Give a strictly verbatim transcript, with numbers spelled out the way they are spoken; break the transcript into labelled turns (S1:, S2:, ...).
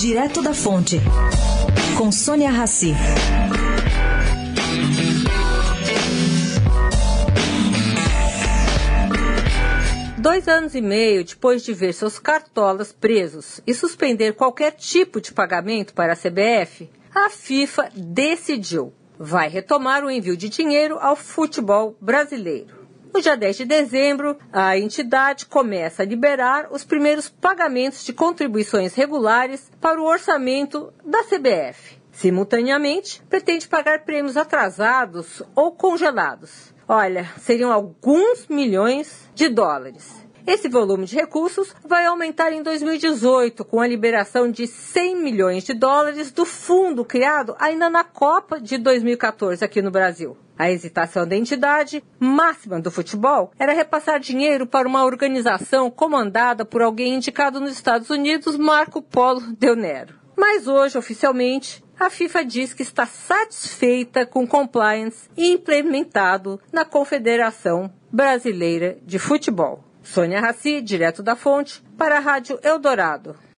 S1: Direto da Fonte, com Sônia Rassi.
S2: Dois anos e meio depois de ver seus cartolas presos e suspender qualquer tipo de pagamento para a C B F, a FIFA decidiu. Vai retomar o envio de dinheiro ao futebol brasileiro. No dia dez de dezembro, a entidade começa a liberar os primeiros pagamentos de contribuições regulares para o orçamento da C B F. Simultaneamente, pretende pagar prêmios atrasados ou congelados. Olha, seriam alguns milhões de dólares. Esse volume de recursos vai aumentar em dois mil e dezoito, com a liberação de cem milhões de dólares do fundo criado ainda na Copa de dois mil e quatorze aqui no Brasil. A hesitação da entidade máxima do futebol era repassar dinheiro para uma organização comandada por alguém indicado nos Estados Unidos, Marco Polo Del Nero. Mas hoje, oficialmente, a FIFA diz que está satisfeita com o compliance implementado na Confederação Brasileira de Futebol. Sônia Rassi, direto da Fonte, para a Rádio Eldorado.